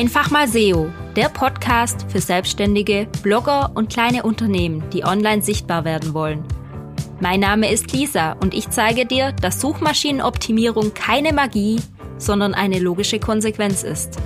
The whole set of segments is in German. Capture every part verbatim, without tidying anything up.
Einfach mal S E O, der Podcast für Selbstständige, Blogger und kleine Unternehmen, die online sichtbar werden wollen. Mein Name ist Lisa und ich zeige dir, dass Suchmaschinenoptimierung keine Magie, sondern eine logische Konsequenz ist.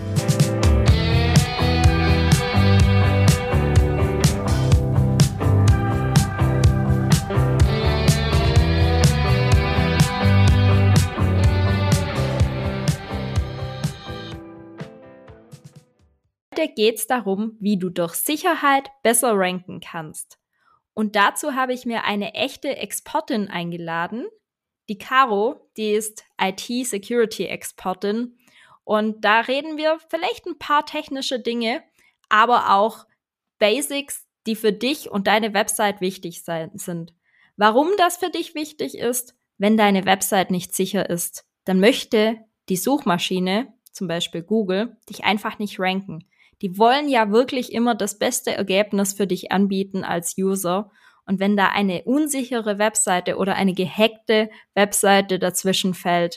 Heute geht es darum, wie du durch Sicherheit besser ranken kannst. Und dazu habe ich mir eine echte Expertin eingeladen. Die Caro, die ist I T-Security-Expertin. Und da reden wir vielleicht ein paar technische Dinge, aber auch Basics, die für dich und deine Website wichtig sein, sind. Warum das für dich wichtig ist: Wenn deine Website nicht sicher ist, dann möchte die Suchmaschine, zum Beispiel Google, dich einfach nicht ranken. Die wollen ja wirklich immer das beste Ergebnis für dich anbieten als User. Und wenn da eine unsichere Webseite oder eine gehackte Webseite dazwischen fällt,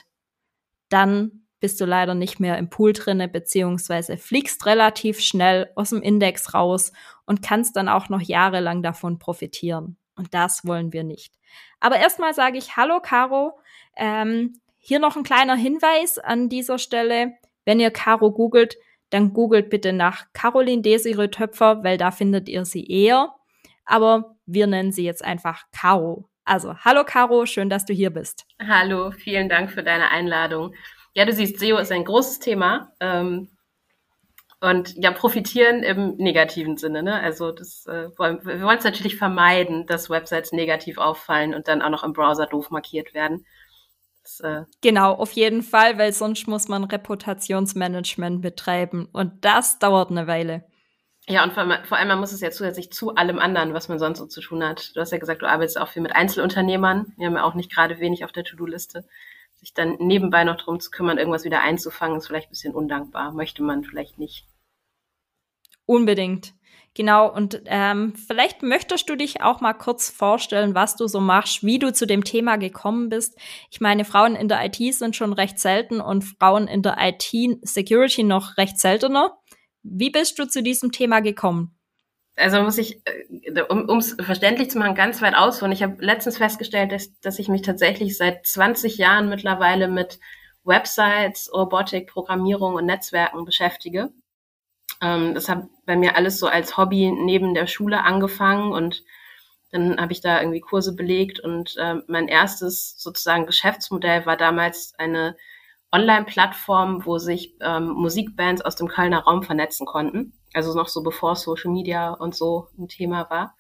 dann bist du leider nicht mehr im Pool drinne, beziehungsweise fliegst relativ schnell aus dem Index raus und kannst dann auch noch jahrelang davon profitieren. Und das wollen wir nicht. Aber erstmal sage ich Hallo Caro. Ähm, hier noch ein kleiner Hinweis an dieser Stelle. Wenn ihr Caro googelt, dann googelt bitte nach Caroline Desiree Töpfer, weil da findet ihr sie eher. Aber wir nennen sie jetzt einfach Caro. Also, hallo Caro, schön, dass du hier bist. Hallo, vielen Dank für deine Einladung. Ja, du siehst, S E O ist ein großes Thema. Ähm, und ja, profitieren im negativen Sinne, ne? Also das äh, wollen, wir wollen es natürlich vermeiden, dass Websites negativ auffallen und dann auch noch im Browser doof markiert werden. Das, äh genau, auf jeden Fall, weil sonst muss man Reputationsmanagement betreiben und das dauert eine Weile. Ja, und vor allem, vor allem man muss es ja zusätzlich zu allem anderen, was man sonst so zu tun hat. Du hast ja gesagt, du arbeitest auch viel mit Einzelunternehmern. Wir haben ja auch nicht gerade wenig auf der To-Do-Liste. Sich dann nebenbei noch drum zu kümmern, irgendwas wieder einzufangen, ist vielleicht ein bisschen undankbar. Möchte man vielleicht nicht. Unbedingt. Genau, und ähm, vielleicht möchtest du dich auch mal kurz vorstellen, was du so machst, wie du zu dem Thema gekommen bist. Ich meine, Frauen in der I T sind schon recht selten und Frauen in der I T-Security noch recht seltener. Wie bist du zu diesem Thema gekommen? Also muss ich, um es verständlich zu machen, ganz weit ausholen. Ich habe letztens festgestellt, dass, dass ich mich tatsächlich seit zwanzig Jahren mittlerweile mit Websites, Robotik, Programmierung und Netzwerken beschäftige. Ähm, das hat bei mir alles so als Hobby neben der Schule angefangen und dann habe ich da irgendwie Kurse belegt und äh, mein erstes sozusagen Geschäftsmodell war damals eine Online-Plattform, wo sich ähm, Musikbands aus dem Kölner Raum vernetzen konnten. Also noch so bevor Social Media und so ein Thema war.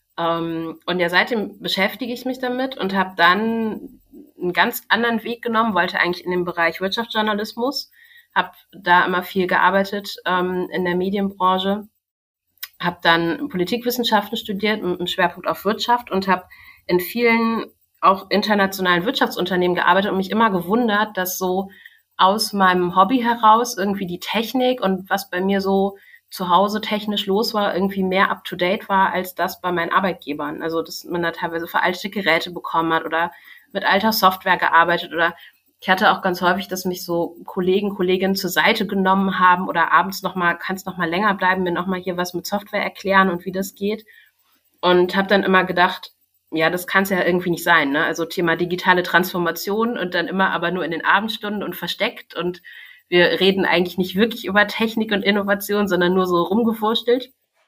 Ähm, und ja, seitdem beschäftige ich mich damit und habe dann einen ganz anderen Weg genommen, wollte eigentlich in dem Bereich Wirtschaftsjournalismus, habe da immer viel gearbeitet ähm, in der Medienbranche, habe dann Politikwissenschaften studiert mit einem Schwerpunkt auf Wirtschaft und habe in vielen auch internationalen Wirtschaftsunternehmen gearbeitet und mich immer gewundert, dass so aus meinem Hobby heraus irgendwie die Technik und was bei mir so zu Hause technisch los war, irgendwie mehr up-to-date war als das bei meinen Arbeitgebern. Also, dass man da teilweise veraltete Geräte bekommen hat oder mit alter Software gearbeitet oder ich hatte auch ganz häufig, dass mich so Kollegen, Kolleginnen zur Seite genommen haben oder abends nochmal, kannst noch mal länger bleiben, mir nochmal hier was mit Software erklären und wie das geht. Und habe dann immer gedacht, ja, das kann es ja irgendwie nicht sein, ne? Also Thema digitale Transformation und dann immer aber nur in den Abendstunden und versteckt und wir reden eigentlich nicht wirklich über Technik und Innovation, sondern nur so rumgewurstelt.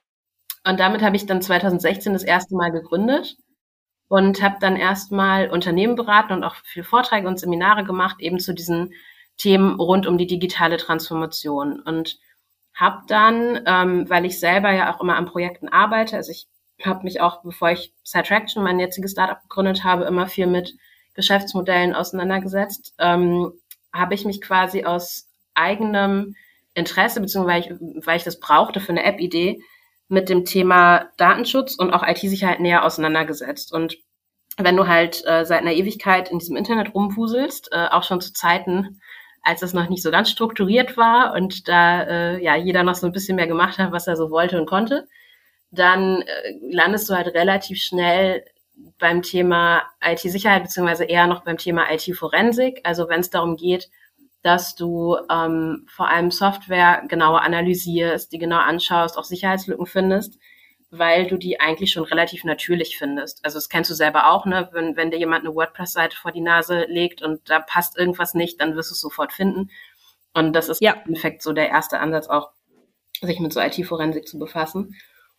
Und damit habe ich dann zwanzig sechzehn das erste Mal gegründet und habe dann erstmal Unternehmen beraten und auch viele Vorträge und Seminare gemacht, eben zu diesen Themen rund um die digitale Transformation. Und habe dann, ähm, weil ich selber ja auch immer an Projekten arbeite, also ich habe mich auch, bevor ich Sidetraction, mein jetziges Startup gegründet habe, immer viel mit Geschäftsmodellen auseinandergesetzt, ähm, habe ich mich quasi aus eigenem Interesse, beziehungsweise weil ich, weil ich das brauchte für eine App-Idee, mit dem Thema Datenschutz und auch I T-Sicherheit näher auseinandergesetzt. Und wenn du halt äh, seit einer Ewigkeit in diesem Internet rumwuselst, äh, auch schon zu Zeiten, als es noch nicht so ganz strukturiert war und da äh, ja jeder noch so ein bisschen mehr gemacht hat, was er so wollte und konnte, dann äh, landest du halt relativ schnell beim Thema I T-Sicherheit, beziehungsweise eher noch beim Thema I T-Forensik. Also wenn es darum geht, dass du ähm, vor allem Software genauer analysierst, die genau anschaust, auch Sicherheitslücken findest, weil du die eigentlich schon relativ natürlich findest. Also das kennst du selber auch, ne? Wenn, wenn dir jemand eine WordPress-Seite vor die Nase legt und da passt irgendwas nicht, dann wirst du es sofort finden. Und das ist Ja. im Endeffekt so der erste Ansatz auch, sich mit so I T-Forensik zu befassen.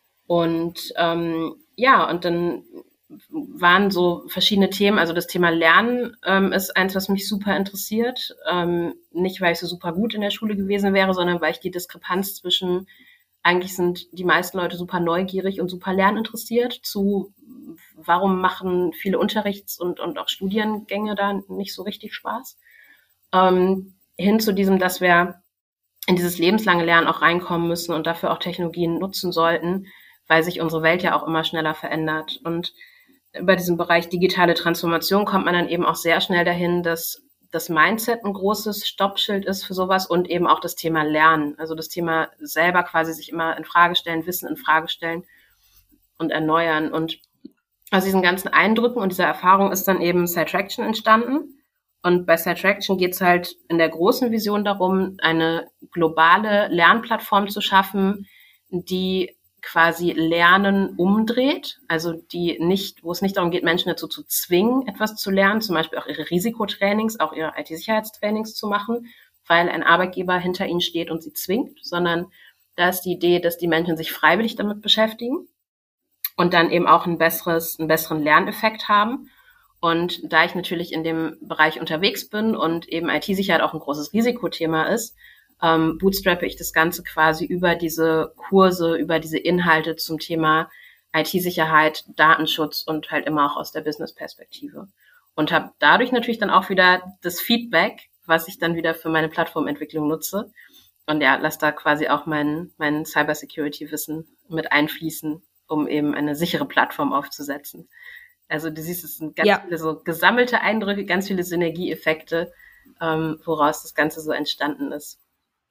Und ähm, ja, und dann waren so verschiedene Themen. Also das Thema Lernen ähm, ist eins, was mich super interessiert. Ähm, nicht, weil ich so super gut in der Schule gewesen wäre, sondern weil ich die Diskrepanz zwischen, eigentlich sind die meisten Leute super neugierig und super lerninteressiert, zu warum machen viele Unterrichts- und, und auch Studiengänge da nicht so richtig Spaß. Ähm, hin zu diesem, dass wir in dieses lebenslange Lernen auch reinkommen müssen und dafür auch Technologien nutzen sollten, weil sich unsere Welt ja auch immer schneller verändert. Und über diesen Bereich digitale Transformation kommt man dann eben auch sehr schnell dahin, dass das Mindset ein großes Stoppschild ist für sowas und eben auch das Thema Lernen. Also das Thema selber quasi sich immer in Frage stellen, Wissen in Frage stellen und erneuern. Und aus diesen ganzen Eindrücken und dieser Erfahrung ist dann eben Sidetraction entstanden. Und bei Sidetraction geht es halt in der großen Vision darum, eine globale Lernplattform zu schaffen, die quasi Lernen umdreht, also die nicht, wo es nicht darum geht, Menschen dazu zu zwingen, etwas zu lernen, zum Beispiel auch ihre Risikotrainings, auch ihre I T-Sicherheitstrainings zu machen, weil ein Arbeitgeber hinter ihnen steht und sie zwingt, sondern da ist die Idee, dass die Menschen sich freiwillig damit beschäftigen und dann eben auch ein besseres, einen besseren Lerneffekt haben. Und da ich natürlich in dem Bereich unterwegs bin und eben I T-Sicherheit auch ein großes Risikothema ist, ähm, bootstrappe ich das Ganze quasi über diese Kurse, über diese Inhalte zum Thema I T-Sicherheit, Datenschutz und halt immer auch aus der Business-Perspektive. Und habe dadurch natürlich dann auch wieder das Feedback, was ich dann wieder für meine Plattformentwicklung nutze. Und ja, lasse da quasi auch mein, mein Cybersecurity-Wissen mit einfließen, um eben eine sichere Plattform aufzusetzen. Also du siehst, es sind ganz ja. viele so gesammelte Eindrücke, ganz viele Synergieeffekte, ähm, woraus das Ganze so entstanden ist.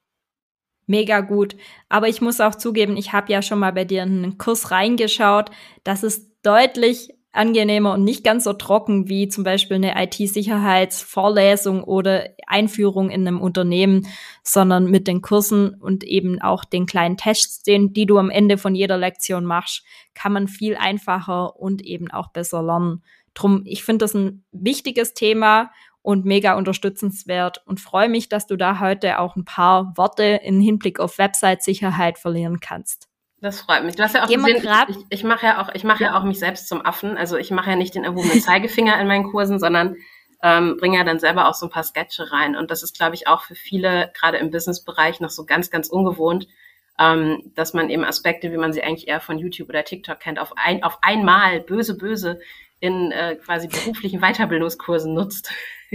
Mega gut. Aber ich muss auch zugeben, ich habe ja schon mal bei dir in einen Kurs reingeschaut. Das ist deutlich angenehmer und nicht ganz so trocken wie zum Beispiel eine I T-Sicherheitsvorlesung oder Einführung in einem Unternehmen, sondern mit den Kursen und eben auch den kleinen Tests, den, die du am Ende von jeder Lektion machst, kann man viel einfacher und eben auch besser lernen. Drum, ich finde das ein wichtiges Thema und mega unterstützenswert und freue mich, dass du da heute auch ein paar Worte im Hinblick auf Website-Sicherheit verlieren kannst. Das freut mich. Du hast ja auch Gehen gesehen, ich, ich, ich mache ja auch, ich mache ja. ja auch mich selbst zum Affen. Also ich mache ja nicht den erhobenen Zeigefinger in meinen Kursen, sondern ähm, bringe ja dann selber auch so ein paar Sketche rein. Und das ist, glaube ich, auch für viele, gerade im Business-Bereich, noch so ganz, ganz ungewohnt, ähm, dass man eben Aspekte, wie man sie eigentlich eher von YouTube oder TikTok kennt, auf ein, auf einmal böse, böse in äh, quasi beruflichen Weiterbildungskursen nutzt.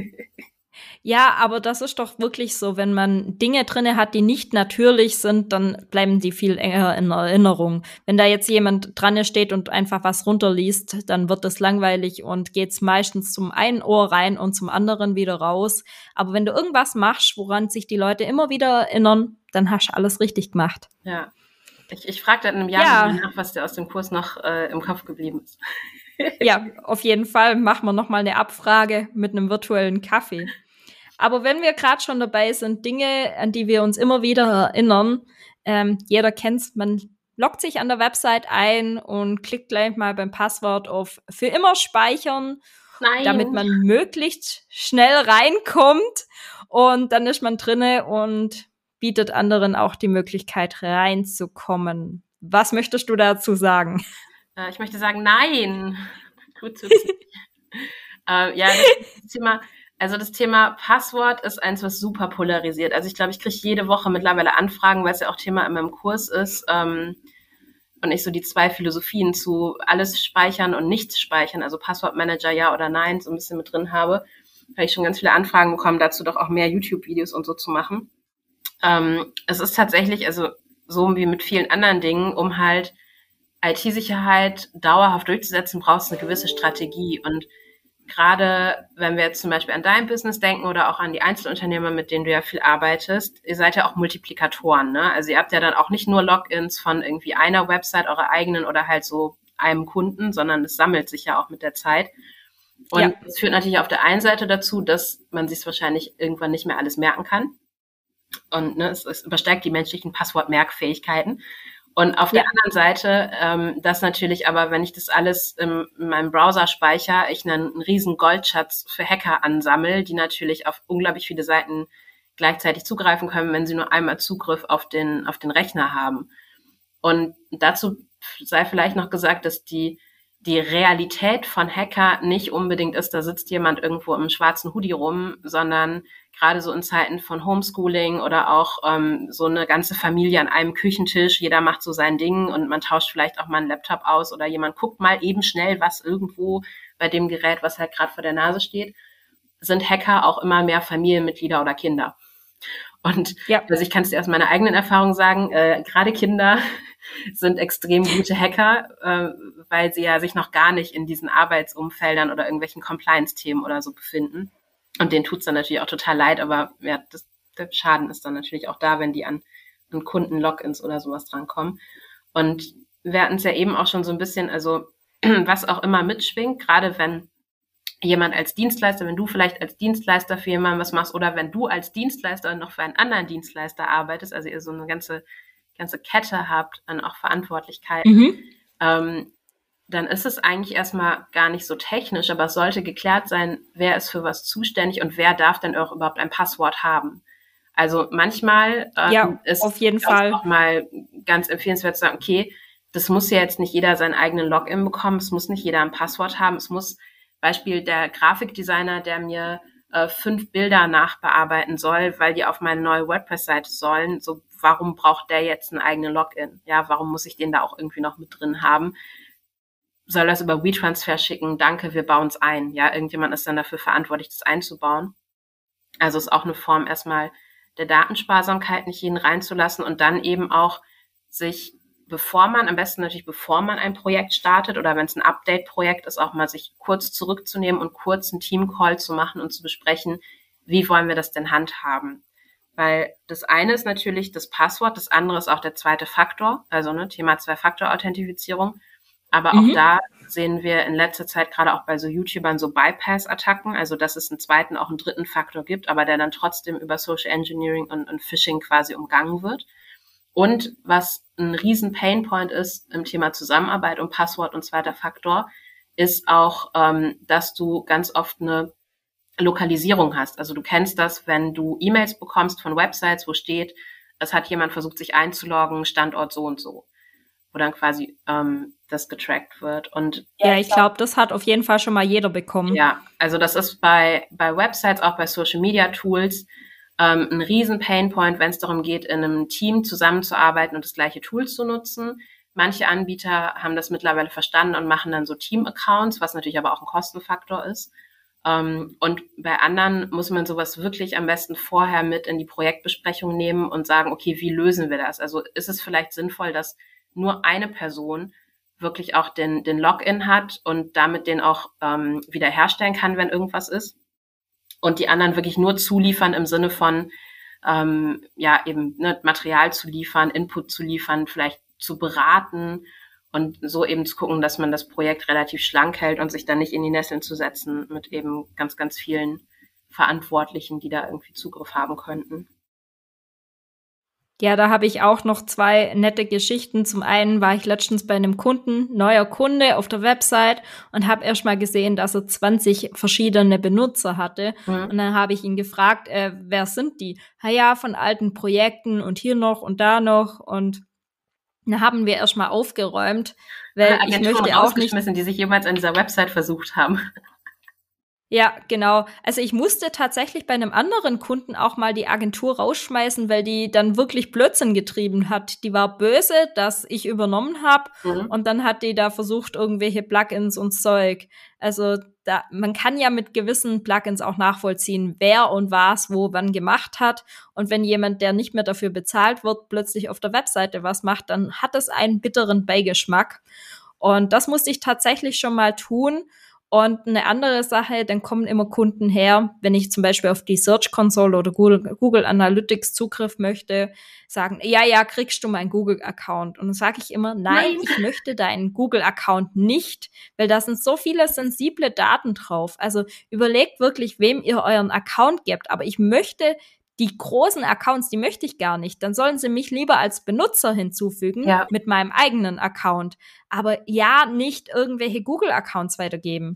Ja, aber das ist doch wirklich so, wenn man Dinge drinne hat, die nicht natürlich sind, dann bleiben die viel enger in Erinnerung. Wenn da jetzt jemand dran steht und einfach was runterliest, dann wird das langweilig und geht's meistens zum einen Ohr rein und zum anderen wieder raus. Aber wenn du irgendwas machst, woran sich die Leute immer wieder erinnern, dann hast du alles richtig gemacht. Ja, ich, ich frage dann in einem Jahr ja. nach, was dir aus dem Kurs noch äh, im Kopf geblieben ist. Ja, auf jeden Fall machen wir noch mal eine Abfrage mit einem virtuellen Kaffee. Aber wenn wir gerade schon dabei sind, Dinge, an die wir uns immer wieder erinnern, ähm, jeder kennt's, man loggt sich an der Website ein und klickt gleich mal beim Passwort auf für immer speichern, Nein. damit man möglichst schnell reinkommt und dann ist man drinne und bietet anderen auch die Möglichkeit reinzukommen. Was möchtest du dazu sagen? Äh, ich möchte sagen, nein. Gut zu äh, ja, das Thema Also das Thema Passwort ist eins, was super polarisiert. Also ich glaube, ich kriege jede Woche mittlerweile Anfragen, weil es ja auch Thema in meinem Kurs ist ähm, und ich so die zwei Philosophien zu alles speichern und nichts speichern, also Passwortmanager ja oder nein, so ein bisschen mit drin habe, weil ich schon ganz viele Anfragen bekommen, dazu doch auch mehr YouTube-Videos und so zu machen. Ähm, es ist tatsächlich, also so wie mit vielen anderen Dingen, um halt I T-Sicherheit dauerhaft durchzusetzen, brauchst du eine gewisse Strategie. Und gerade wenn wir jetzt zum Beispiel an dein Business denken oder auch an die Einzelunternehmer, mit denen du ja viel arbeitest, ihr seid ja auch Multiplikatoren, ne? Also ihr habt ja dann auch nicht nur Logins von irgendwie einer Website, eurer eigenen oder halt so einem Kunden, sondern es sammelt sich ja auch mit der Zeit. Und Ja. das führt natürlich auf der einen Seite dazu, dass man sich wahrscheinlich irgendwann nicht mehr alles merken kann. Und ne, es, es übersteigt die menschlichen Passwortmerkfähigkeiten. Und auf Ja. der anderen Seite, ähm, dass natürlich aber, wenn ich das alles im, in meinem Browser speichere, ich einen, einen riesen Goldschatz für Hacker ansammle, die natürlich auf unglaublich viele Seiten gleichzeitig zugreifen können, wenn sie nur einmal Zugriff auf den, auf den Rechner haben. Und dazu sei vielleicht noch gesagt, dass die die Realität von Hacker nicht unbedingt ist, da sitzt jemand irgendwo im schwarzen Hoodie rum, sondern gerade so in Zeiten von Homeschooling oder auch ähm, so eine ganze Familie an einem Küchentisch, jeder macht so sein Ding und man tauscht vielleicht auch mal einen Laptop aus oder jemand guckt mal eben schnell was irgendwo bei dem Gerät, was halt gerade vor der Nase steht, sind Hacker auch immer mehr Familienmitglieder oder Kinder. Und ja. also ich kann es dir aus meiner eigenen Erfahrung sagen, äh, gerade Kinder sind extrem gute Hacker, äh, weil sie ja sich noch gar nicht in diesen Arbeitsumfeldern oder irgendwelchen Compliance-Themen oder so befinden. Und denen tut's dann natürlich auch total leid, aber ja, das, der Schaden ist dann natürlich auch da, wenn die an, an Kunden-Logins oder sowas drankommen. Und wir hatten es ja eben auch schon so ein bisschen, also was auch immer mitschwingt, gerade wenn jemand als Dienstleister, wenn du vielleicht als Dienstleister für jemanden was machst oder wenn du als Dienstleister noch für einen anderen Dienstleister arbeitest, also ihr so eine ganze ganze Kette habt an auch Verantwortlichkeiten, Mhm. ähm, dann ist es eigentlich erstmal gar nicht so technisch, aber es sollte geklärt sein, wer ist für was zuständig und wer darf denn auch überhaupt ein Passwort haben. Also manchmal ähm, Ja, ist auf jeden es Fall. auch mal ganz empfehlenswert zu sagen, okay, das muss ja jetzt nicht jeder seinen eigenen Login bekommen, es muss nicht jeder ein Passwort haben, es muss Beispiel der Grafikdesigner, der mir äh, fünf Bilder nachbearbeiten soll, weil die auf meine neue WordPress-Seite sollen. So, warum braucht der jetzt einen eigenen Login? Ja, warum muss ich den da auch irgendwie noch mit drin haben? Soll das über WeTransfer schicken? Danke, wir bauen es ein. Ja, irgendjemand ist dann dafür verantwortlich, das einzubauen. Also ist auch eine Form erstmal der Datensparsamkeit, nicht jeden reinzulassen und dann eben auch sich bevor man, am besten natürlich bevor man ein Projekt startet oder wenn es ein Update-Projekt ist, auch mal sich kurz zurückzunehmen und kurz einen Team-Call zu machen und zu besprechen, wie wollen wir das denn handhaben? Weil das eine ist natürlich das Passwort, das andere ist auch der zweite Faktor, also ne, Thema Zwei-Faktor-Authentifizierung. Aber auch Mhm. da sehen wir in letzter Zeit gerade auch bei so YouTubern so Bypass-Attacken, also dass es einen zweiten, auch einen dritten Faktor gibt, aber der dann trotzdem über Social Engineering und, und Phishing quasi umgangen wird. Und was ein riesen Painpoint ist im Thema Zusammenarbeit und Passwort und zweiter Faktor, ist auch, ähm, dass du ganz oft eine Lokalisierung hast. Also du kennst das, wenn du E-Mails bekommst von Websites, wo steht, es hat jemand versucht, sich einzuloggen, Standort so und so, wo dann quasi ähm, das getrackt wird. Und Ja, ich glaube, das hat auf jeden Fall schon mal jeder bekommen. ja, also das ist bei bei Websites, auch bei Social Media Tools ähm, ein riesen Painpoint, wenn es darum geht, in einem Team zusammenzuarbeiten und das gleiche Tool zu nutzen. Manche Anbieter haben das mittlerweile verstanden und machen dann so Team-Accounts, was natürlich aber auch ein Kostenfaktor ist. Ähm, und bei anderen muss man sowas wirklich am besten vorher mit in die Projektbesprechung nehmen und sagen, okay, wie lösen wir das? Also ist es vielleicht sinnvoll, dass nur eine Person wirklich auch den, den Login hat und damit den auch ähm, wiederherstellen kann, wenn irgendwas ist. Und die anderen wirklich nur zuliefern im Sinne von, ähm, ja, eben ne, Material zu liefern, Input zu liefern, vielleicht zu beraten und so eben zu gucken, dass man das Projekt relativ schlank hält und sich dann nicht in die Nesseln zu setzen mit eben ganz, ganz vielen Verantwortlichen, die da irgendwie Zugriff haben könnten. Ja, da habe ich auch noch zwei nette Geschichten. Zum einen war ich letztens bei einem Kunden, neuer Kunde auf der Website und habe erst mal gesehen, dass er zwanzig verschiedene Benutzer hatte. Mhm. Und dann habe ich ihn gefragt, äh, wer sind die? Ha ja, von alten Projekten und hier noch und da noch. Und dann haben wir erst mal aufgeräumt, weil ich möchte auch nicht, die sich jemals an dieser Website versucht haben. Ja, genau. Also ich musste tatsächlich bei einem anderen Kunden auch mal die Agentur rausschmeißen, weil die dann wirklich Blödsinn getrieben hat. Die war böse, dass ich übernommen habe mhm. und dann hat die da versucht, irgendwelche Plugins und Zeug. Also da, man kann ja mit gewissen Plugins auch nachvollziehen, wer und was wo wann gemacht hat. Und wenn jemand, der nicht mehr dafür bezahlt wird, plötzlich auf der Webseite was macht, dann hat es einen bitteren Beigeschmack. Und das musste ich tatsächlich schon mal tun. Und eine andere Sache, dann kommen immer Kunden her, wenn ich zum Beispiel auf die Search Console oder Google, Google Analytics Zugriff möchte, sagen, ja, ja, kriegst du meinen Google-Account. Und dann sage ich immer, nein, Nein. ich möchte deinen Google-Account nicht, weil da sind so viele sensible Daten drauf. Also überlegt wirklich, wem ihr euren Account gebt. Aber ich möchte die großen Accounts, die möchte ich gar nicht. Dann sollen sie mich lieber als Benutzer hinzufügen Ja. mit meinem eigenen Account. Aber ja, nicht irgendwelche Google-Accounts weitergeben.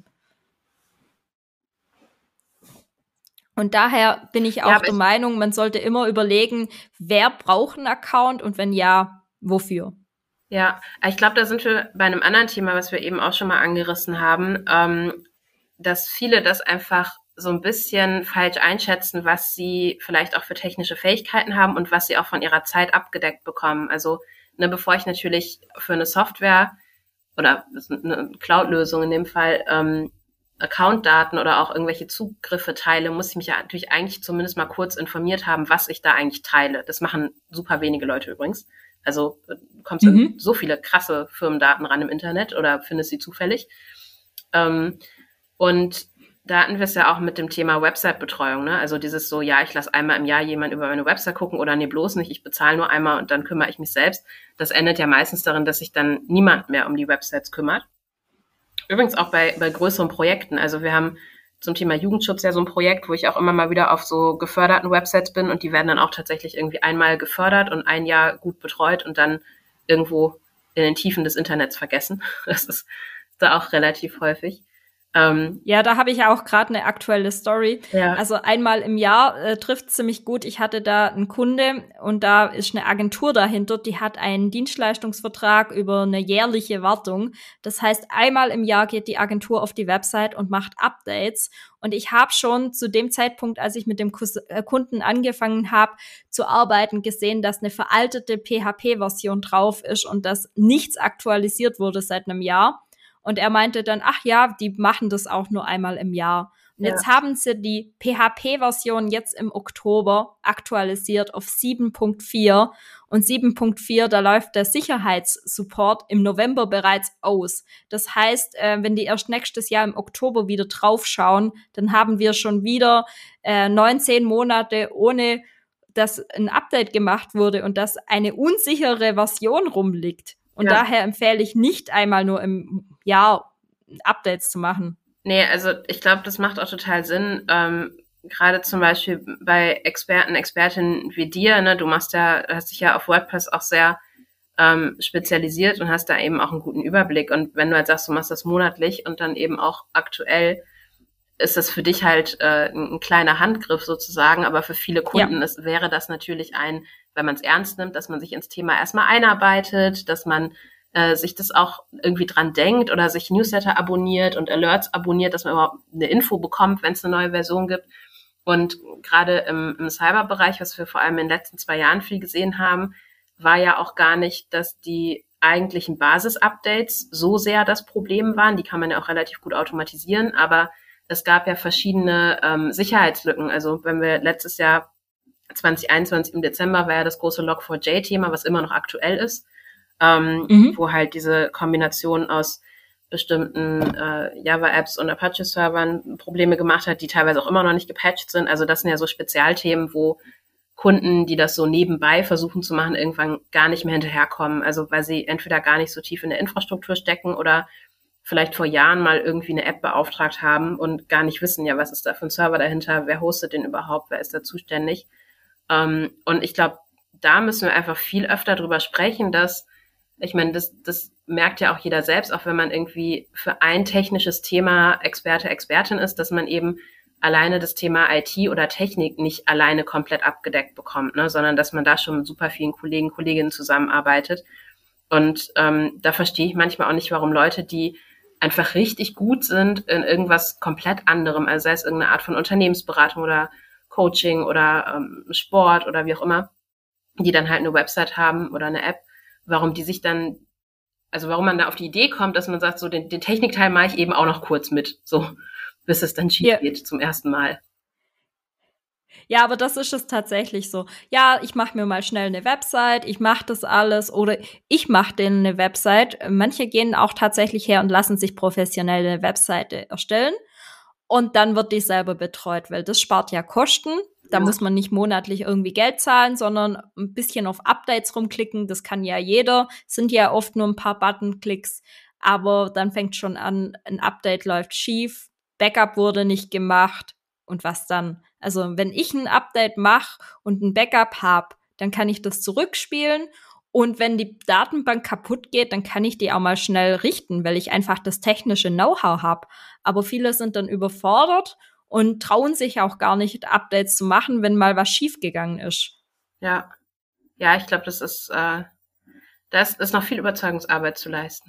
Und daher bin ich auch Ja, der ich, Meinung, man sollte immer überlegen, wer braucht einen Account und wenn ja, wofür. ja, ich glaube, da sind wir bei einem anderen Thema, was wir eben auch schon mal angerissen haben, ähm, dass viele das einfach so ein bisschen falsch einschätzen, was sie vielleicht auch für technische Fähigkeiten haben und was sie auch von ihrer Zeit abgedeckt bekommen. Also, ne, bevor ich natürlich für eine Software oder eine Cloud-Lösung in dem Fall ähm, Account-Daten oder auch irgendwelche Zugriffe teile, muss ich mich ja natürlich eigentlich zumindest mal kurz informiert haben, was ich da eigentlich teile. Das machen super wenige Leute übrigens. Also du kommst Mhm. an so viele krasse Firmendaten ran im Internet oder findest sie zufällig. Ähm, und da hatten wir es ja auch mit dem Thema Website-Betreuung, ne? Also dieses so, ja, ich lasse einmal im Jahr jemand über meine Website gucken oder nee, bloß nicht, ich bezahle nur einmal und dann kümmere ich mich selbst. Das endet ja meistens darin, dass sich dann niemand mehr um die Websites kümmert. Übrigens auch bei, bei größeren Projekten. Also wir haben zum Thema Jugendschutz ja so ein Projekt, wo ich auch immer mal wieder auf so geförderten Websites bin und die werden dann auch tatsächlich irgendwie einmal gefördert und ein Jahr gut betreut und dann irgendwo in den Tiefen des Internets vergessen. Das ist da auch relativ häufig. Ähm, ja, da habe ich auch gerade eine aktuelle Story. Ja. Also einmal im Jahr äh, trifft ziemlich gut. Ich hatte da einen Kunde und da ist eine Agentur dahinter, die hat einen Dienstleistungsvertrag über eine jährliche Wartung. Das heißt, einmal im Jahr geht die Agentur auf die Website und macht Updates. Und ich habe schon zu dem Zeitpunkt, als ich mit dem Kunden angefangen habe zu arbeiten, gesehen, dass eine veraltete P H P-Version drauf ist und dass nichts aktualisiert wurde seit einem Jahr. Und er meinte dann, ach ja, die machen das auch nur einmal im Jahr. Und ja. Jetzt haben sie die P H P-Version jetzt im Oktober aktualisiert auf sieben Punkt vier. Und sieben Punkt vier, da läuft der Sicherheitssupport im November bereits aus. Das heißt, äh, wenn die erst nächstes Jahr im Oktober wieder draufschauen, dann haben wir schon wieder äh, neunzehn Monate ohne, dass ein Update gemacht wurde und dass eine unsichere Version rumliegt. Und ja. daher empfehle ich nicht einmal nur im Jahr Updates zu machen. Nee, also ich glaube, das macht auch total Sinn. Ähm, gerade zum Beispiel bei Experten, Expertinnen wie dir, ne, du machst ja, hast dich ja auf WordPress auch sehr ähm, spezialisiert und hast da eben auch einen guten Überblick. Und wenn du halt sagst, du machst das monatlich und dann eben auch aktuell, ist das für dich halt äh, ein kleiner Handgriff sozusagen, aber für viele Kunden ja. ist, wäre das natürlich ein, wenn man es ernst nimmt, dass man sich ins Thema erstmal einarbeitet, dass man äh, sich das auch irgendwie dran denkt oder sich Newsletter abonniert und Alerts abonniert, dass man überhaupt eine Info bekommt, wenn es eine neue Version gibt. Und gerade im, im Cyberbereich, was wir vor allem in den letzten zwei Jahren viel gesehen haben, war ja auch gar nicht, dass die eigentlichen Basis-Updates so sehr das Problem waren. Die kann man ja auch relativ gut automatisieren, aber es gab ja verschiedene ähm, Sicherheitslücken. Also wenn wir letztes Jahr zwanzig einundzwanzig im Dezember war ja das große Log four j Thema, was immer noch aktuell ist, ähm, mhm. wo halt diese Kombination aus bestimmten äh, Java-Apps und Apache-Servern Probleme gemacht hat, die teilweise auch immer noch nicht gepatcht sind. Also das sind ja so Spezialthemen, wo Kunden, die das so nebenbei versuchen zu machen, irgendwann gar nicht mehr hinterherkommen. Also weil sie entweder gar nicht so tief in der Infrastruktur stecken oder vielleicht vor Jahren mal irgendwie eine App beauftragt haben und gar nicht wissen, ja, was ist da für ein Server dahinter, wer hostet den überhaupt, wer ist da zuständig. Ähm, und ich glaube, da müssen wir einfach viel öfter drüber sprechen, dass, ich meine, das, das merkt ja auch jeder selbst, auch wenn man irgendwie für ein technisches Thema Experte, Expertin ist, dass man eben alleine das Thema I T oder Technik nicht alleine komplett abgedeckt bekommt, ne, sondern dass man da schon mit super vielen Kollegen, Kolleginnen zusammenarbeitet. Und ähm, da verstehe ich manchmal auch nicht, warum Leute, die einfach richtig gut sind in irgendwas komplett anderem, also sei es irgendeine Art von Unternehmensberatung oder Coaching oder ähm, Sport oder wie auch immer, die dann halt eine Website haben oder eine App, warum die sich dann, also warum man da auf die Idee kommt, dass man sagt, so den, den Technikteil mache ich eben auch noch kurz mit, so bis es dann schief ja. geht zum ersten Mal. Ja, aber das ist es tatsächlich so. Ja, ich mache mir mal schnell eine Website, ich mache das alles oder ich mache denen eine Website. Manche gehen auch tatsächlich her und lassen sich professionell eine Webseite erstellen und dann wird die selber betreut, weil das spart ja Kosten. Da Ja. muss man nicht monatlich irgendwie Geld zahlen, sondern ein bisschen auf Updates rumklicken. Das kann ja jeder. Sind ja oft nur ein paar Buttonklicks, aber dann fängt schon an, ein Update läuft schief, Backup wurde nicht gemacht und was dann? Also wenn ich ein Update mache und ein Backup habe, dann kann ich das zurückspielen. Und wenn die Datenbank kaputt geht, dann kann ich die auch mal schnell richten, weil ich einfach das technische Know-how habe. Aber viele sind dann überfordert und trauen sich auch gar nicht, Updates zu machen, wenn mal was schiefgegangen ist. Ja, ja, ich glaube, das ist, äh, da ist, ist noch viel Überzeugungsarbeit zu leisten.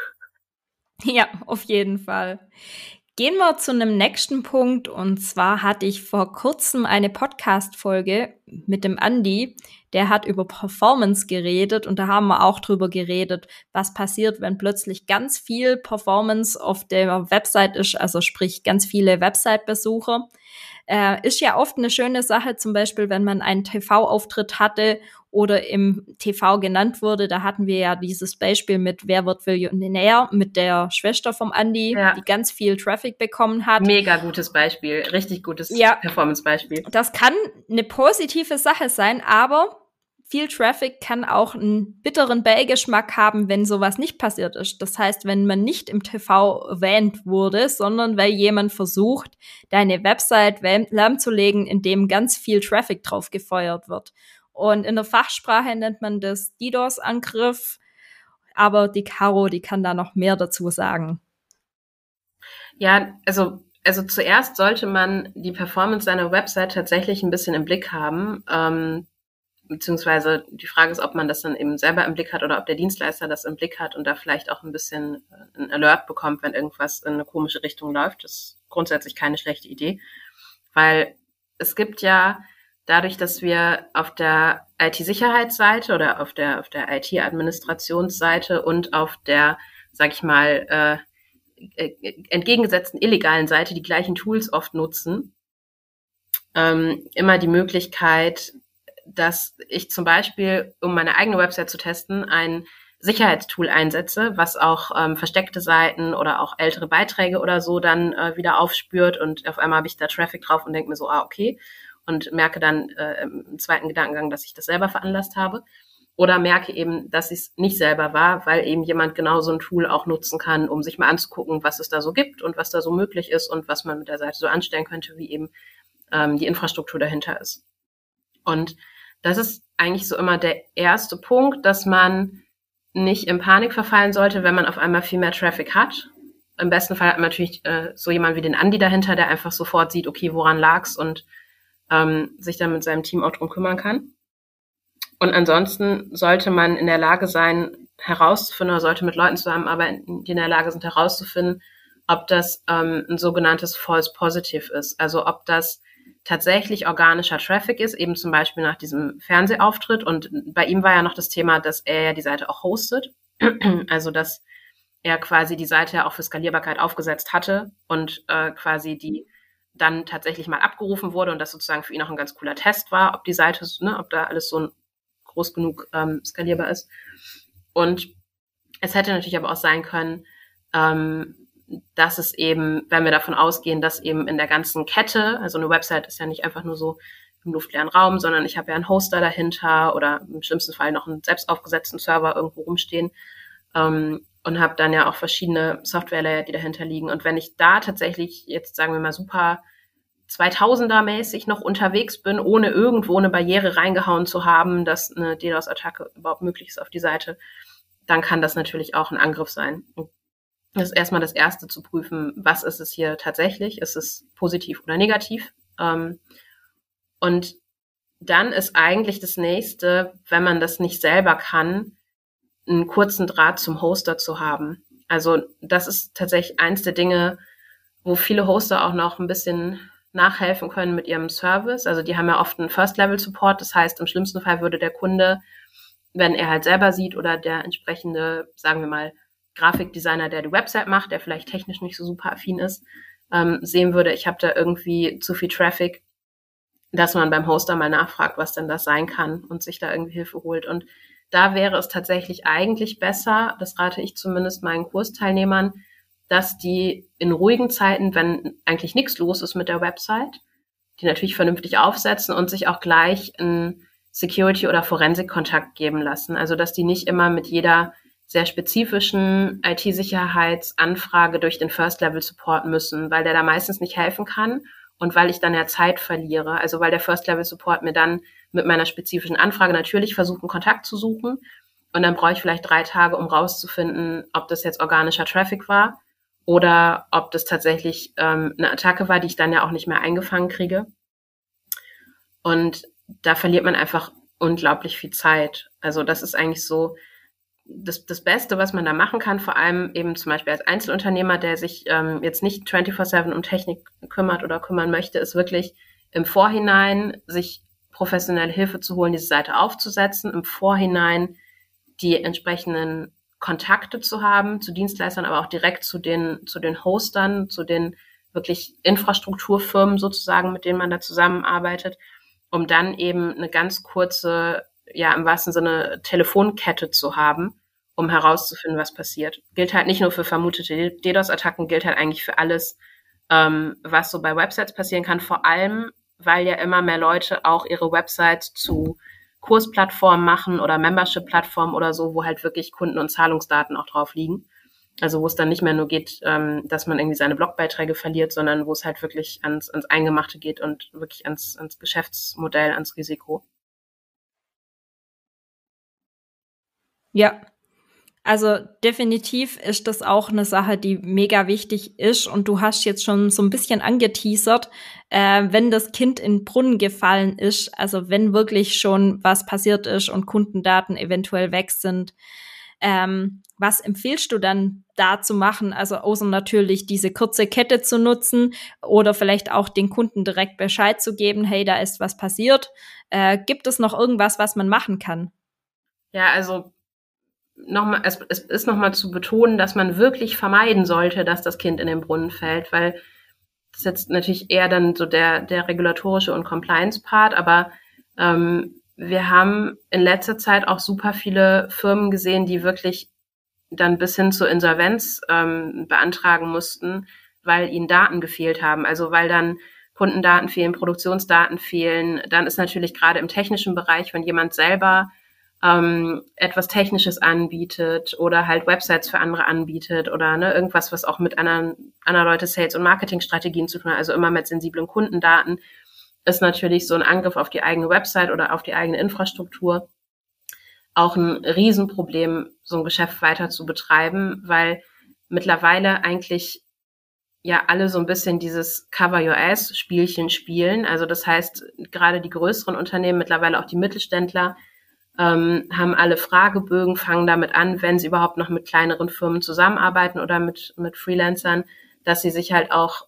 Ja, auf jeden Fall. Gehen wir zu einem nächsten Punkt. Und zwar hatte ich vor kurzem eine Podcast-Folge mit dem Andi. Der hat über Performance geredet und da haben wir auch drüber geredet, was passiert, wenn plötzlich ganz viel Performance auf der Website ist, also sprich ganz viele Website-Besucher. Äh, ist ja oft eine schöne Sache, zum Beispiel, wenn man einen T V-Auftritt hatte oder im T V genannt wurde. Da hatten wir ja dieses Beispiel mit Wer wird Millionär mit der Schwester vom Andi, Ja. die ganz viel Traffic bekommen hat. Mega gutes Beispiel, richtig gutes Ja. Performance-Beispiel. Das kann eine positive Sache sein, aber viel Traffic kann auch einen bitteren Beigeschmack haben, wenn sowas nicht passiert ist. Das heißt, wenn man nicht im T V erwähnt wurde, sondern weil jemand versucht, deine Website lahmzulegen, indem ganz viel Traffic drauf gefeuert wird. Und in der Fachsprache nennt man das DDoS-Angriff, aber die Caro, die kann da noch mehr dazu sagen. Ja, also also zuerst sollte man die Performance seiner Website tatsächlich ein bisschen im Blick haben. Ähm, beziehungsweise die Frage ist, ob man das dann eben selber im Blick hat oder ob der Dienstleister das im Blick hat und da vielleicht auch ein bisschen ein Alert bekommt, wenn irgendwas in eine komische Richtung läuft. Das ist grundsätzlich keine schlechte Idee, weil es gibt ja dadurch, dass wir auf der I T-Sicherheitsseite oder auf der auf der I T-Administrationsseite und auf der, sag ich mal, äh, entgegengesetzten illegalen Seite die gleichen Tools oft nutzen, ähm, immer die Möglichkeit, dass ich zum Beispiel, um meine eigene Website zu testen, ein Sicherheitstool einsetze, was auch ähm, versteckte Seiten oder auch ältere Beiträge oder so dann äh, wieder aufspürt und auf einmal habe ich da Traffic drauf und denke mir so, ah, okay, und merke dann äh, im zweiten Gedankengang, dass ich das selber veranlasst habe. Oder merke eben, dass ich es nicht selber war, weil eben jemand genau so ein Tool auch nutzen kann, um sich mal anzugucken, was es da so gibt und was da so möglich ist und was man mit der Seite so anstellen könnte, wie eben ähm, die Infrastruktur dahinter ist. Und das ist eigentlich so immer der erste Punkt, dass man nicht in Panik verfallen sollte, wenn man auf einmal viel mehr Traffic hat. Im besten Fall hat man natürlich äh, so jemand wie den Andi dahinter, der einfach sofort sieht, okay, woran lag's und ähm, sich dann mit seinem Team auch drum kümmern kann. Und ansonsten sollte man in der Lage sein, herauszufinden, oder sollte mit Leuten zusammenarbeiten, die in der Lage sind, herauszufinden, ob das ähm, ein sogenanntes False Positive ist. Also ob das tatsächlich organischer Traffic ist, eben zum Beispiel nach diesem Fernsehauftritt. Und bei ihm war ja noch das Thema, dass er ja die Seite auch hostet. Also dass er quasi die Seite ja auch für Skalierbarkeit aufgesetzt hatte und äh, quasi die dann tatsächlich mal abgerufen wurde und das sozusagen für ihn auch ein ganz cooler Test war, ob die Seite, ne, ob da alles so ein groß genug ähm, skalierbar ist. Und es hätte natürlich aber auch sein können, ähm, dass es eben, wenn wir davon ausgehen, dass eben in der ganzen Kette, also eine Website ist ja nicht einfach nur so im luftleeren Raum, sondern ich habe ja einen Hoster dahinter oder im schlimmsten Fall noch einen selbst aufgesetzten Server irgendwo rumstehen ähm, und habe dann ja auch verschiedene Software-Layer, die dahinter liegen. Und wenn ich da tatsächlich jetzt, sagen wir mal, super zweitausender-mäßig noch unterwegs bin, ohne irgendwo eine Barriere reingehauen zu haben, dass eine DDoS-Attacke überhaupt möglich ist auf die Seite, dann kann das natürlich auch ein Angriff sein. Und das ist erstmal das Erste zu prüfen, was ist es hier tatsächlich? Ist es positiv oder negativ? Ähm, und dann ist eigentlich das Nächste, wenn man das nicht selber kann, einen kurzen Draht zum Hoster zu haben. Also das ist tatsächlich eins der Dinge, wo viele Hoster auch noch ein bisschen nachhelfen können mit ihrem Service. Also die haben ja oft einen First-Level-Support. Das heißt, im schlimmsten Fall würde der Kunde, wenn er halt selber sieht oder der entsprechende, sagen wir mal, Grafikdesigner, der die Website macht, der vielleicht technisch nicht so super affin ist, ähm, sehen würde, ich habe da irgendwie zu viel Traffic, dass man beim Hoster mal nachfragt, was denn das sein kann und sich da irgendwie Hilfe holt. Und da wäre es tatsächlich eigentlich besser, das rate ich zumindest meinen Kursteilnehmern, dass die in ruhigen Zeiten, wenn eigentlich nichts los ist mit der Website, die natürlich vernünftig aufsetzen und sich auch gleich einen Security- oder Forensik-Kontakt geben lassen. Also dass die nicht immer mit jeder sehr spezifischen I T-Sicherheitsanfrage durch den First-Level-Support müssen, weil der da meistens nicht helfen kann und weil ich dann ja Zeit verliere. Also weil der First-Level-Support mir dann mit meiner spezifischen Anfrage natürlich versucht, einen Kontakt zu suchen und dann brauche ich vielleicht drei Tage, um rauszufinden, ob das jetzt organischer Traffic war oder ob das tatsächlich ähm, eine Attacke war, die ich dann ja auch nicht mehr eingefangen kriege. Und da verliert man einfach unglaublich viel Zeit. Also das ist eigentlich so das, das Beste, was man da machen kann, vor allem eben zum Beispiel als Einzelunternehmer, der sich ähm, jetzt nicht vierundzwanzig sieben um Technik kümmert oder kümmern möchte, ist wirklich im Vorhinein sich professionelle Hilfe zu holen, diese Seite aufzusetzen, im Vorhinein die entsprechenden Kontakte zu haben zu Dienstleistern, aber auch direkt zu den, zu den Hostern, zu den wirklich Infrastrukturfirmen sozusagen, mit denen man da zusammenarbeitet, um dann eben eine ganz kurze, ja, im wahrsten Sinne Telefonkette zu haben, um herauszufinden, was passiert. Gilt halt nicht nur für vermutete DDoS-Attacken, gilt halt eigentlich für alles, ähm, was so bei Websites passieren kann, vor allem, weil ja immer mehr Leute auch ihre Websites zu Kursplattformen machen oder Membership-Plattformen oder so, wo halt wirklich Kunden- und Zahlungsdaten auch drauf liegen. Also wo es dann nicht mehr nur geht, ähm, dass man irgendwie seine Blogbeiträge verliert, sondern wo es halt wirklich ans, ans Eingemachte geht und wirklich ans, ans Geschäftsmodell, ans Risiko. Ja, also definitiv ist das auch eine Sache, die mega wichtig ist. Und du hast jetzt schon so ein bisschen angeteasert, äh, wenn das Kind in den Brunnen gefallen ist, also wenn wirklich schon was passiert ist und Kundendaten eventuell weg sind, ähm, was empfiehlst du dann da zu machen? Also außer natürlich diese kurze Kette zu nutzen oder vielleicht auch den Kunden direkt Bescheid zu geben, hey, da ist was passiert. Äh, gibt es noch irgendwas, was man machen kann? Ja, also nochmal, es, es ist nochmal zu betonen, dass man wirklich vermeiden sollte, dass das Kind in den Brunnen fällt, weil das ist jetzt natürlich eher dann so der, der regulatorische und Compliance-Part, aber ähm, wir haben in letzter Zeit auch super viele Firmen gesehen, die wirklich dann bis hin zur Insolvenz ähm, beantragen mussten, weil ihnen Daten gefehlt haben. Also weil dann Kundendaten fehlen, Produktionsdaten fehlen. Dann ist natürlich gerade im technischen Bereich, wenn jemand selber ähm, etwas Technisches anbietet oder halt Websites für andere anbietet oder ne, irgendwas, was auch mit anderen, anderen Leute Sales- und Marketingstrategien zu tun hat, also immer mit sensiblen Kundendaten, ist natürlich so ein Angriff auf die eigene Website oder auf die eigene Infrastruktur auch ein Riesenproblem, so ein Geschäft weiter zu betreiben, weil mittlerweile eigentlich ja alle so ein bisschen dieses Cover Your Ass Spielchen spielen. Also das heißt, gerade die größeren Unternehmen, mittlerweile auch die Mittelständler, ähm, haben alle Fragebögen, fangen damit an, wenn sie überhaupt noch mit kleineren Firmen zusammenarbeiten oder mit, mit Freelancern, dass sie sich halt auch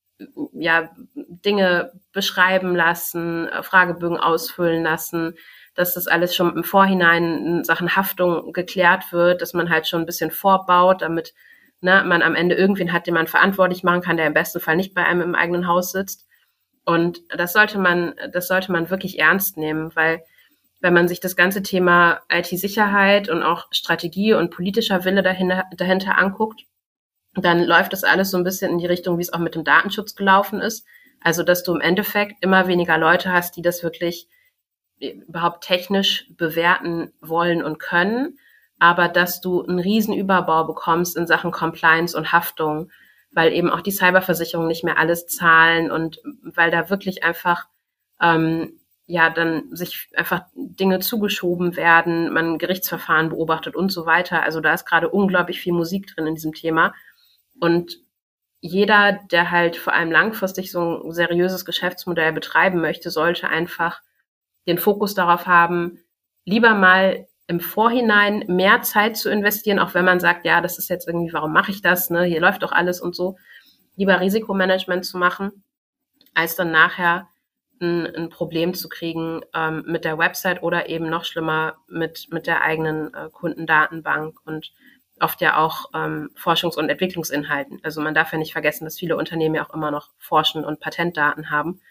ja Dinge beschreiben lassen, Fragebögen ausfüllen lassen, dass das alles schon im Vorhinein in Sachen Haftung geklärt wird, dass man halt schon ein bisschen vorbaut, damit ne, man am Ende irgendwen hat, den man verantwortlich machen kann, der im besten Fall nicht bei einem im eigenen Haus sitzt. Und das sollte man, das sollte man wirklich ernst nehmen, weil wenn man sich das ganze Thema I T-Sicherheit und auch Strategie und politischer Wille dahinter, dahinter anguckt, dann läuft das alles so ein bisschen in die Richtung, wie es auch mit dem Datenschutz gelaufen ist. Also, dass du im Endeffekt immer weniger Leute hast, die das wirklich überhaupt technisch bewerten wollen und können, aber dass du einen riesen Überbau bekommst in Sachen Compliance und Haftung, weil eben auch die Cyberversicherungen nicht mehr alles zahlen und weil da wirklich einfach ähm, ja dann sich einfach Dinge zugeschoben werden, man Gerichtsverfahren beobachtet und so weiter. Also da ist gerade unglaublich viel Musik drin in diesem Thema. Und jeder, der halt vor allem langfristig so ein seriöses Geschäftsmodell betreiben möchte, sollte einfach den Fokus darauf haben, lieber mal im Vorhinein mehr Zeit zu investieren, auch wenn man sagt, ja, das ist jetzt irgendwie, warum mache ich das, ne? Hier läuft doch alles und so. Lieber Risikomanagement zu machen, als dann nachher ein, ein Problem zu kriegen ähm, mit der Website oder eben noch schlimmer mit, mit der eigenen äh, Kundendatenbank und oft ja auch ähm, Forschungs- und Entwicklungsinhalten. Also man darf ja nicht vergessen, dass viele Unternehmen ja auch immer noch Forschen und Patentdaten haben.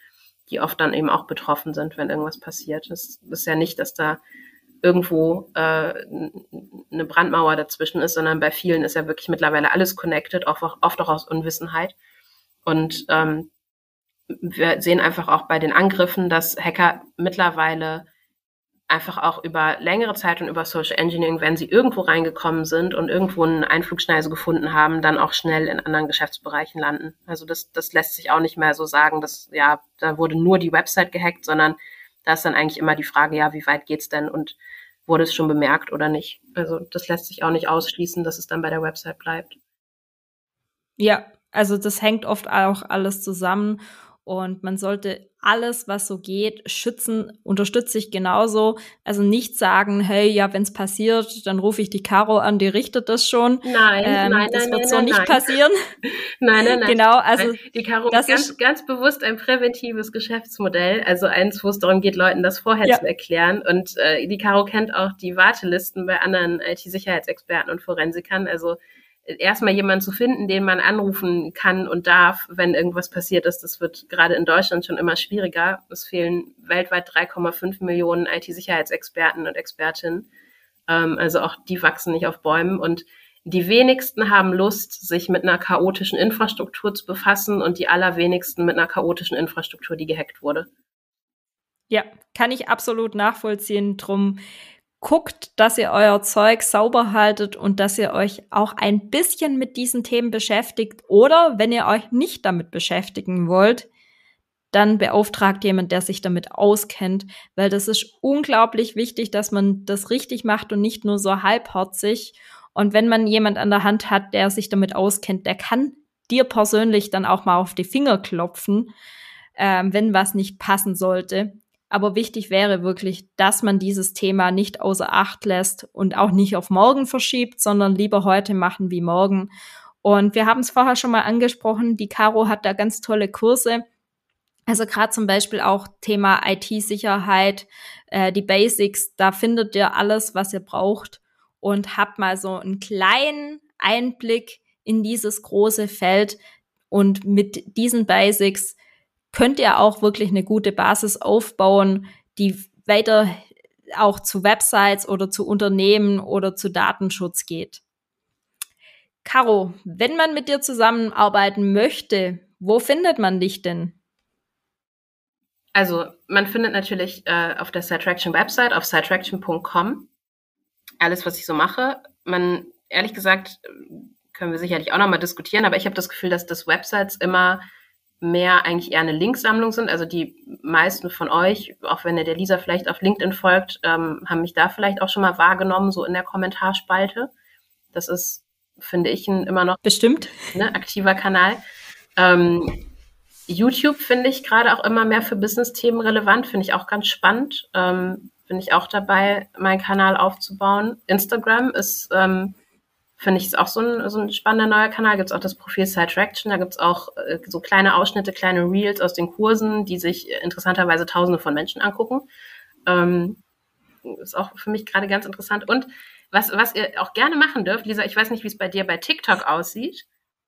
die oft dann eben auch betroffen sind, wenn irgendwas passiert. Es ist ja nicht, dass da irgendwo äh, eine Brandmauer dazwischen ist, sondern bei vielen ist ja wirklich mittlerweile alles connected, oft auch, oft auch aus Unwissenheit. Und ähm, wir sehen einfach auch bei den Angriffen, dass Hacker mittlerweile einfach auch über längere Zeit und über Social Engineering, wenn sie irgendwo reingekommen sind und irgendwo eine Einflugschneise gefunden haben, dann auch schnell in anderen Geschäftsbereichen landen. Also das, das lässt sich auch nicht mehr so sagen, dass ja, da wurde nur die Website gehackt, sondern da ist dann eigentlich immer die Frage, ja, wie weit geht's denn und wurde es schon bemerkt oder nicht? Also das lässt sich auch nicht ausschließen, dass es dann bei der Website bleibt. Ja, also das hängt oft auch alles zusammen. Und man sollte alles, was so geht, schützen, unterstütze ich genauso. Also nicht sagen, hey, ja, wenn es passiert, dann rufe ich die Caro an, die richtet das schon. Nein, ähm, nein, das nein, wird nein, so nein, nicht nein. passieren. Nein, nein, nein. Genau, also die Caro das ganz, ist ganz bewusst ein präventives Geschäftsmodell, also eins, wo es darum geht, Leuten das vorher ja. zu erklären. Und äh, die Caro kennt auch die Wartelisten bei anderen I T-Sicherheitsexperten und Forensikern. Also erstmal jemanden zu finden, den man anrufen kann und darf, wenn irgendwas passiert ist, das wird gerade in Deutschland schon immer schwieriger. Es fehlen weltweit drei Komma fünf Millionen I T-Sicherheitsexperten und Expertinnen. Ähm, also auch die wachsen nicht auf Bäumen. Und die wenigsten haben Lust, sich mit einer chaotischen Infrastruktur zu befassen und die allerwenigsten mit einer chaotischen Infrastruktur, die gehackt wurde. Ja, kann ich absolut nachvollziehen. Drum guckt, dass ihr euer Zeug sauber haltet und dass ihr euch auch ein bisschen mit diesen Themen beschäftigt. Oder wenn ihr euch nicht damit beschäftigen wollt, dann beauftragt jemand, der sich damit auskennt, weil das ist unglaublich wichtig, dass man das richtig macht und nicht nur so halbherzig. Und wenn man jemand an der Hand hat, der sich damit auskennt, der kann dir persönlich dann auch mal auf die Finger klopfen, ähm, wenn was nicht passen sollte. Aber wichtig wäre wirklich, dass man dieses Thema nicht außer Acht lässt und auch nicht auf morgen verschiebt, sondern lieber heute machen wie morgen. Und wir haben es vorher schon mal angesprochen, die Caro hat da ganz tolle Kurse. Also gerade zum Beispiel auch Thema I T-Sicherheit, äh, die Basics, da findet ihr alles, was ihr braucht und habt mal so einen kleinen Einblick in dieses große Feld. Und mit diesen Basics könnt ihr auch wirklich eine gute Basis aufbauen, die weiter auch zu Websites oder zu Unternehmen oder zu Datenschutz geht. Caro, wenn man mit dir zusammenarbeiten möchte, wo findet man dich denn? Also man findet natürlich äh, auf der Sitetraction Website, auf sitetraction punkt com, alles, was ich so mache. Man, ehrlich gesagt, können wir sicherlich auch nochmal diskutieren, aber ich habe das Gefühl, dass das Websites immer mehr eigentlich eher eine Linksammlung sind. Also die meisten von euch, auch wenn ihr der Lisa vielleicht auf LinkedIn folgt, ähm, haben mich da vielleicht auch schon mal wahrgenommen, so in der Kommentarspalte. Das ist, finde ich, ein immer noch bestimmt ne, aktiver Kanal. Ähm, YouTube finde ich gerade auch immer mehr für Business-Themen relevant, finde ich auch ganz spannend. Ähm, bin ich auch dabei, meinen Kanal aufzubauen. Instagram ist, ähm, finde ich, ist auch so ein, so ein spannender neuer Kanal. Gibt es auch das Profil Sitetraction, da gibt es auch äh, so kleine Ausschnitte, kleine Reels aus den Kursen, die sich interessanterweise Tausende von Menschen angucken. Ähm, ist auch für mich gerade ganz interessant. Und was, was ihr auch gerne machen dürft, Lisa, ich weiß nicht, wie es bei dir bei TikTok aussieht.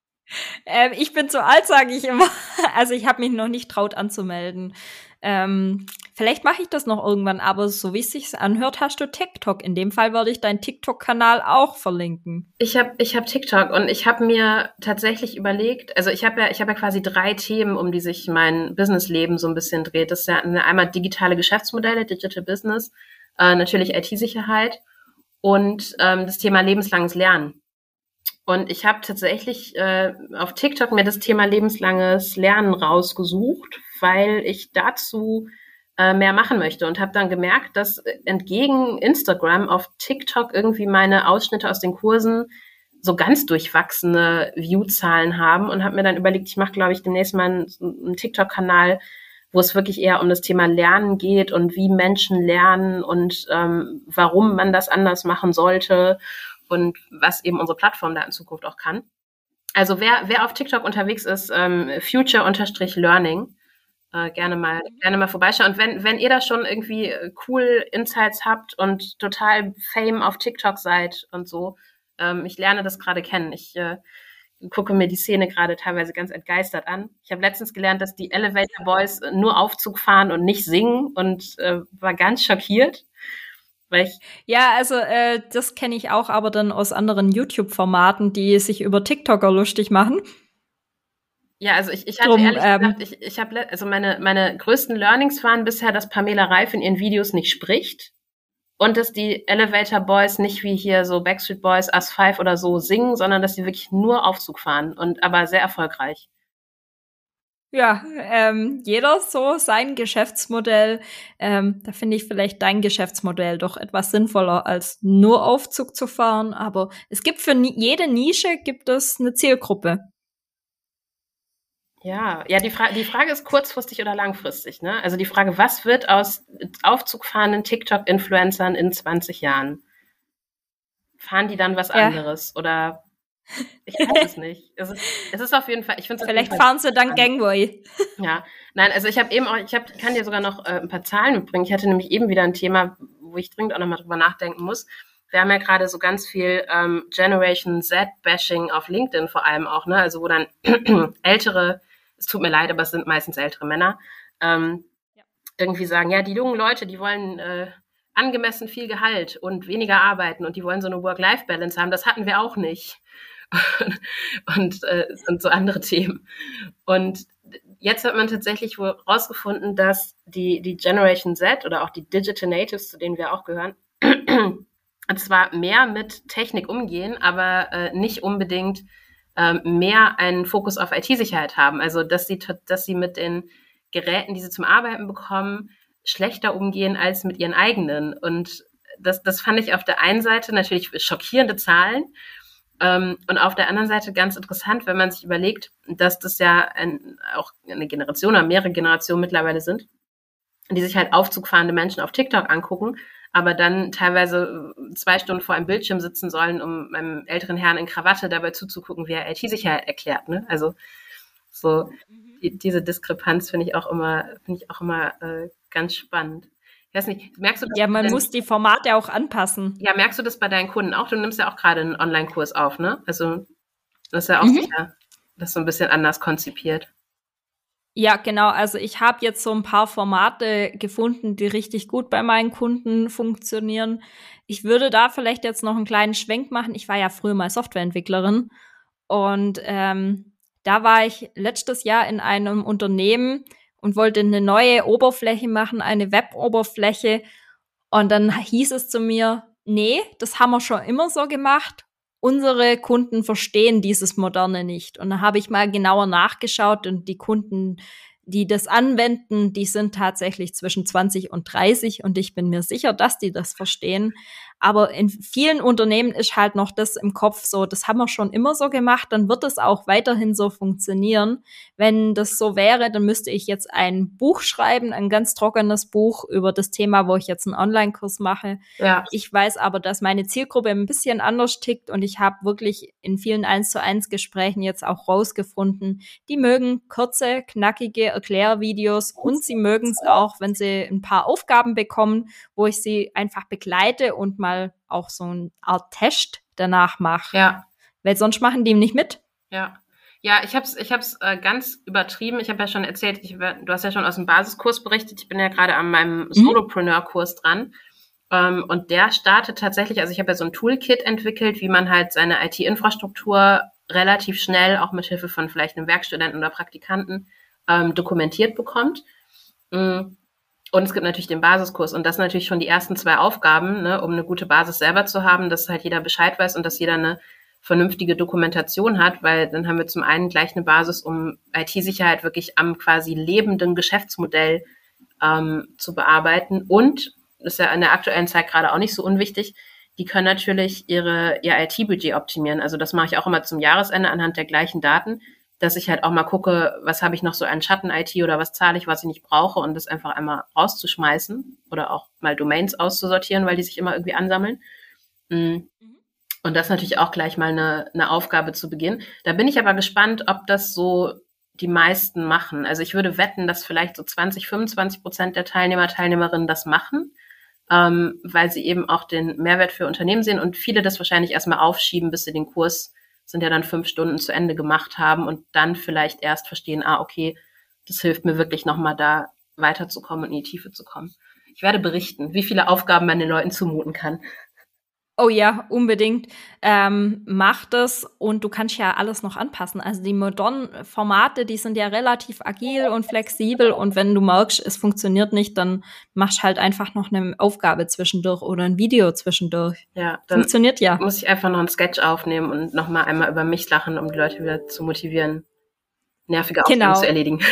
Ähm, ich bin zu alt, sage ich immer. Also ich habe mich noch nicht traut anzumelden. Ähm, vielleicht mache ich das noch irgendwann, aber so wie es sich anhört, hast du TikTok. In dem Fall würde ich deinen TikTok-Kanal auch verlinken. Ich habe ich hab TikTok und ich habe mir tatsächlich überlegt, also ich habe ja, ich habe ja quasi drei Themen, um die sich mein Businessleben so ein bisschen dreht. Das ist ja einmal digitale Geschäftsmodelle, Digital Business, äh, natürlich I T-Sicherheit und ähm, das Thema lebenslanges Lernen. Und ich habe tatsächlich äh, auf TikTok mir das Thema lebenslanges Lernen rausgesucht, weil ich dazu äh, mehr machen möchte und habe dann gemerkt, dass entgegen Instagram auf TikTok irgendwie meine Ausschnitte aus den Kursen so ganz durchwachsene Viewzahlen haben und habe mir dann überlegt, ich mache, glaube ich, demnächst mal einen, einen TikTok-Kanal, wo es wirklich eher um das Thema Lernen geht und wie Menschen lernen und ähm, warum man das anders machen sollte und was eben unsere Plattform da in Zukunft auch kann. Also wer, wer auf TikTok unterwegs ist, ähm, future-learning, äh, gerne mal, gerne mal vorbeischauen. Und wenn, wenn ihr da schon irgendwie cool Insights habt und total Fame auf TikTok seid und so, ähm, ich lerne das gerade kennen. Ich äh, gucke mir die Szene gerade teilweise ganz entgeistert an. Ich habe letztens gelernt, dass die Elevator Boys nur Aufzug fahren und nicht singen und äh, war ganz schockiert. Weil ich ja, also äh, das kenne ich auch, aber dann aus anderen YouTube-Formaten, die sich über TikToker lustig machen. Ja, also ich, ich hatte Drum, ehrlich ähm, gesagt, ich, ich habe, also meine, meine größten Learnings waren bisher, dass Pamela Reif in ihren Videos nicht spricht und dass die Elevator Boys nicht wie hier so Backstreet Boys, Us Five oder so singen, sondern dass sie wirklich nur Aufzug fahren und aber sehr erfolgreich. Ja, ähm, jeder so sein Geschäftsmodell. Ähm, da finde ich vielleicht dein Geschäftsmodell doch etwas sinnvoller, als nur Aufzug zu fahren. Aber es gibt für ni- jede Nische gibt es eine Zielgruppe. Ja, ja, die Frage, die Frage ist kurzfristig oder langfristig, ne? Also die Frage, was wird aus Aufzug fahrenden TikTok-Influencern in zwanzig Jahren? Fahren die dann was Ja. anderes oder ich weiß es nicht. Es ist, es ist auf jeden Fall, ich finde es Vielleicht fahren sie dann Gangway. Ja, nein, also ich habe eben auch, ich hab, kann dir sogar noch äh, ein paar Zahlen mitbringen. Ich hatte nämlich eben wieder ein Thema, wo ich dringend auch nochmal drüber nachdenken muss. Wir haben ja gerade so ganz viel ähm, Generation Z-Bashing auf LinkedIn vor allem auch, ne? Also wo dann ältere, es tut mir leid, aber es sind meistens ältere Männer, ähm, ja. irgendwie sagen, ja, die jungen Leute, die wollen äh, angemessen viel Gehalt und weniger arbeiten und die wollen so eine Work-Life-Balance haben. Das hatten wir auch nicht. und, äh, und so andere Themen. Und jetzt hat man tatsächlich wohl rausgefunden, dass die, die Generation Z oder auch die Digital Natives, zu denen wir auch gehören, zwar mehr mit Technik umgehen, aber äh, nicht unbedingt ähm, mehr einen Fokus auf I T-Sicherheit haben. Also dass sie, dass sie mit den Geräten, die sie zum Arbeiten bekommen, schlechter umgehen als mit ihren eigenen. Und das, das fand ich auf der einen Seite natürlich schockierende Zahlen. Um, und auf der anderen Seite ganz interessant, wenn man sich überlegt, dass das ja ein, auch eine Generation oder mehrere Generationen mittlerweile sind, die sich halt aufzugfahrende Menschen auf TikTok angucken, aber dann teilweise zwei Stunden vor einem Bildschirm sitzen sollen, um einem älteren Herrn in Krawatte dabei zuzugucken, wie er I T-Sicherheit erklärt. Ne? Also so die, diese Diskrepanz finde ich auch immer, finde ich auch immer äh, ganz spannend. Ich weiß nicht, merkst du das? Ja, man muss die Formate auch anpassen. Ja, merkst du das bei deinen Kunden auch? Du nimmst ja auch gerade einen Online-Kurs auf, ne? Also das ist ja auch Mhm. sicher, das ist so ein bisschen anders konzipiert. Ja, genau. Also ich habe jetzt so ein paar Formate gefunden, die richtig gut bei meinen Kunden funktionieren. Ich würde da vielleicht jetzt noch einen kleinen Schwenk machen. Ich war ja früher mal Softwareentwicklerin und ähm, da war ich letztes Jahr in einem Unternehmen und wollte eine neue Oberfläche machen, eine Web-Oberfläche. Und dann hieß es zu mir, nee, das haben wir schon immer so gemacht. Unsere Kunden verstehen dieses Moderne nicht. Und dann habe ich mal genauer nachgeschaut und die Kunden, die das anwenden, die sind tatsächlich zwischen zwanzig und dreißig und ich bin mir sicher, dass die das verstehen. Aber in vielen Unternehmen ist halt noch das im Kopf so, das haben wir schon immer so gemacht, dann wird es auch weiterhin so funktionieren. Wenn das so wäre, dann müsste ich jetzt ein Buch schreiben, ein ganz trockenes Buch über das Thema, wo ich jetzt einen Online-Kurs mache. Ja. Ich weiß aber, dass meine Zielgruppe ein bisschen anders tickt und ich habe wirklich in vielen eins zu eins Gesprächen jetzt auch rausgefunden, die mögen kurze, knackige Erklärvideos und sie mögen es auch, wenn sie ein paar Aufgaben bekommen, wo ich sie einfach begleite und mal auch so eine Art Test danach mache. Ja. Weil sonst machen die nicht mit. Ja. Ja, ich hab's, ich hab's äh, ganz übertrieben. Ich habe ja schon erzählt, ich, du hast ja schon aus dem Basiskurs berichtet. Ich bin ja gerade an meinem mhm. Solopreneur-Kurs dran. Ähm, und der startet tatsächlich, also ich habe ja so ein Toolkit entwickelt, wie man halt seine I T-Infrastruktur relativ schnell, auch mit Hilfe von vielleicht einem Werkstudenten oder Praktikanten, ähm, dokumentiert bekommt. Mhm. Und es gibt natürlich den Basiskurs und das sind natürlich schon die ersten zwei Aufgaben, ne, um eine gute Basis selber zu haben, dass halt jeder Bescheid weiß und dass jeder eine vernünftige Dokumentation hat, weil dann haben wir zum einen gleich eine Basis, um I T-Sicherheit wirklich am quasi lebenden Geschäftsmodell ähm, zu bearbeiten. Und, das ist ja in der aktuellen Zeit gerade auch nicht so unwichtig, die können natürlich ihre ihr I T-Budget optimieren. Also das mache ich auch immer zum Jahresende anhand der gleichen Daten, dass ich halt auch mal gucke, was habe ich noch so an Schatten-I T oder was zahle ich, was ich nicht brauche und das einfach einmal rauszuschmeißen oder auch mal Domains auszusortieren, weil die sich immer irgendwie ansammeln. Mhm. Und das natürlich auch gleich mal eine, eine Aufgabe zu Beginn. Da bin ich aber gespannt, ob das so die meisten machen. Also ich würde wetten, dass vielleicht so zwanzig, fünfundzwanzig Prozent der Teilnehmer, Teilnehmerinnen das machen, ähm, weil sie eben auch den Mehrwert für Unternehmen sehen und viele das wahrscheinlich erstmal aufschieben, bis sie den Kurs sind ja dann fünf Stunden zu Ende gemacht haben und dann vielleicht erst verstehen, ah, okay, das hilft mir wirklich nochmal da weiterzukommen und in die Tiefe zu kommen. Ich werde berichten, wie viele Aufgaben man den Leuten zumuten kann. Oh ja, unbedingt. Ähm, mach das und du kannst ja alles noch anpassen. Also die modernen Formate, die sind ja relativ agil und flexibel und wenn du merkst, es funktioniert nicht, dann machst halt einfach noch eine Aufgabe zwischendurch oder ein Video zwischendurch. Ja, dann funktioniert ja. Muss ich einfach noch einen Sketch aufnehmen und nochmal einmal über mich lachen, um die Leute wieder zu motivieren, nervige Aufgaben Genau. zu erledigen.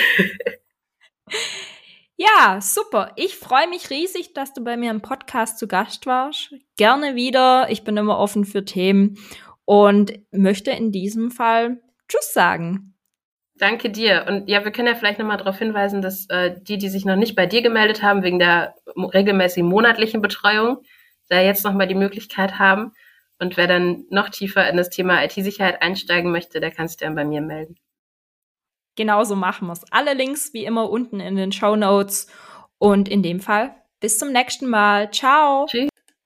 Ja, super. Ich freue mich riesig, dass du bei mir im Podcast zu Gast warst. Gerne wieder. Ich bin immer offen für Themen und möchte in diesem Fall Tschüss sagen. Danke dir. Und ja, wir können ja vielleicht nochmal darauf hinweisen, dass äh, die, die sich noch nicht bei dir gemeldet haben, wegen der regelmäßigen monatlichen Betreuung, da jetzt nochmal die Möglichkeit haben. Und wer dann noch tiefer in das Thema I T-Sicherheit einsteigen möchte, der kann sich dann bei mir melden. Genauso machen wir es. Alle Links wie immer unten in den Shownotes. Und in dem Fall bis zum nächsten Mal. Ciao. Tschüss.